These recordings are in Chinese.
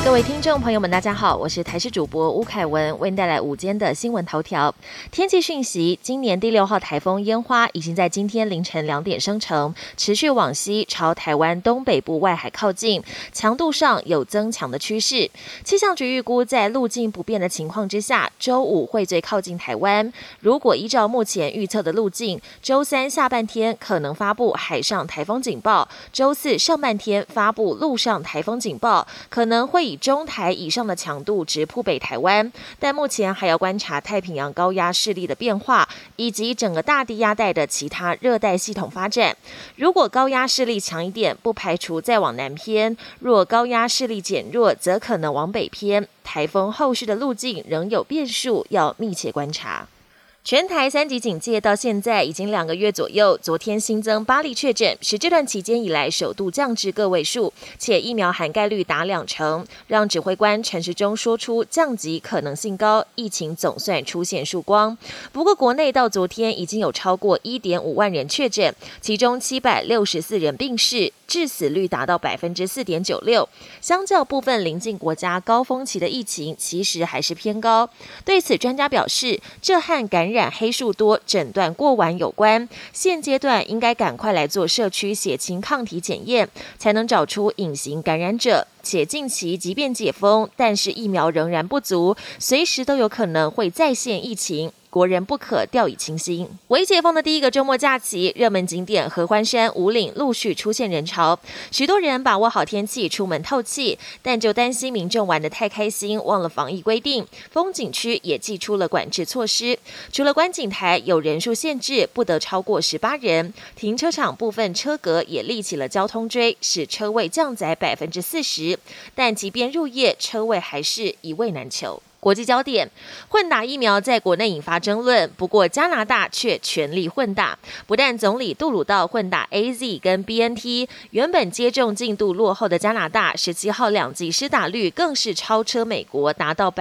各位听众朋友们，大家好，我是台视主播吴凯文，为您带来午间的新闻头条。天气讯息：今年第6号台风烟花已经在今天凌晨2点生成，持续往西朝台湾东北部外海靠近，强度上有增强的趋势。气象局预估，在路径不变的情况之下，周五会最靠近台湾。如果依照目前预测的路径，周三下半天可能发布海上台风警报，周四上半天发布陆上台风警报，可能会以中台以上的强度直扑北台湾，但目前还要观察太平洋高压势力的变化，以及整个大低压带的其他热带系统发展。如果高压势力强一点，不排除再往南偏；若高压势力减弱，则可能往北偏。台风后续的路径仍有变数，要密切观察。全台3级警戒到现在已经2个月左右，昨天新增8例确诊，是这段期间以来首度降至个位数，且疫苗涵盖率达20%，让指挥官陈时中说出降级可能性高，疫情总算出现曙光。不过国内到昨天已经有超过 1.5 万人确诊，其中764人病逝，致死率达到 4.96%， 相较部分邻近国家高峰期的疫情，其实还是偏高。对此专家表示，这和感染黑数多诊断过晚有关，现阶段应该赶快来做社区血清抗体检验，才能找出隐形感染者。且近期即便解封，但是疫苗仍然不足，随时都有可能会再现疫情。国人不可掉以轻心。微解封的第一个周末假期，热门景点合欢山、武岭陆续出现人潮，许多人把握好天气出门透气，但就担心民众玩得太开心，忘了防疫规定。风景区也祭出了管制措施，除了观景台有人数限制，不得超过18人，停车场部分车格也立起了交通锥，使车位降载40%，但即便入夜，车位还是一位难求。国际焦点，混打疫苗在国内引发争论，不过加拿大却全力混打。不但总理杜鲁道混打 AZ 跟 BNT， 原本接种进度落后的加拿大17号2剂施打率更是超车美国，达到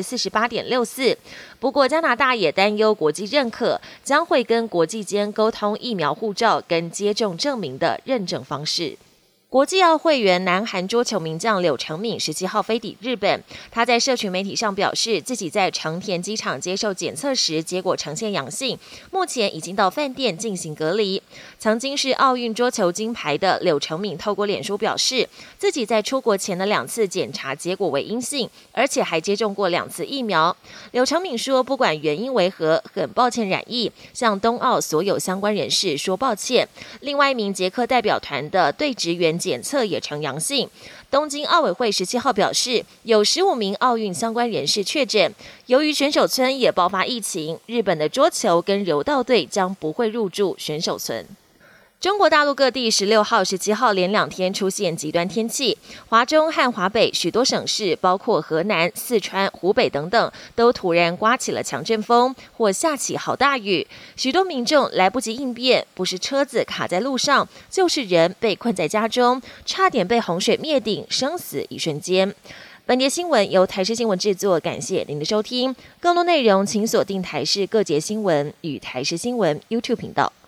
48.64%。不过加拿大也担忧国际认可，将会跟国际间沟通疫苗护照跟接种证明的认证方式。国际奥会员南韩桌球名将柳承敏17号飞抵日本，他在社群媒体上表示，自己在成田机场接受检测时结果呈现阳性，目前已经到饭店进行隔离。曾经是奥运桌球金牌的柳承敏透过脸书表示，自己在出国前的2次检查结果为阴性，而且还接种过2次疫苗。柳承敏说，不管原因为何，很抱歉染疫，向冬奥所有相关人士说抱歉。另外一名捷克代表团的队职员检测也呈阳性。东京奥委会17号表示，有15名奥运相关人士确诊。由于选手村也爆发疫情，日本的桌球跟柔道队将不会入驻选手村。中国大陆各地16号、17号连2天出现极端天气，华中和华北许多省市，包括河南、四川、湖北等等，都突然刮起了强阵风或下起好大雨，许多民众来不及应变，不是车子卡在路上，就是人被困在家中，差点被洪水灭顶，生死一瞬间。本节新闻由台视新闻制作，感谢您的收听。更多内容请锁定台视各节新闻与台视新闻 YouTube 频道。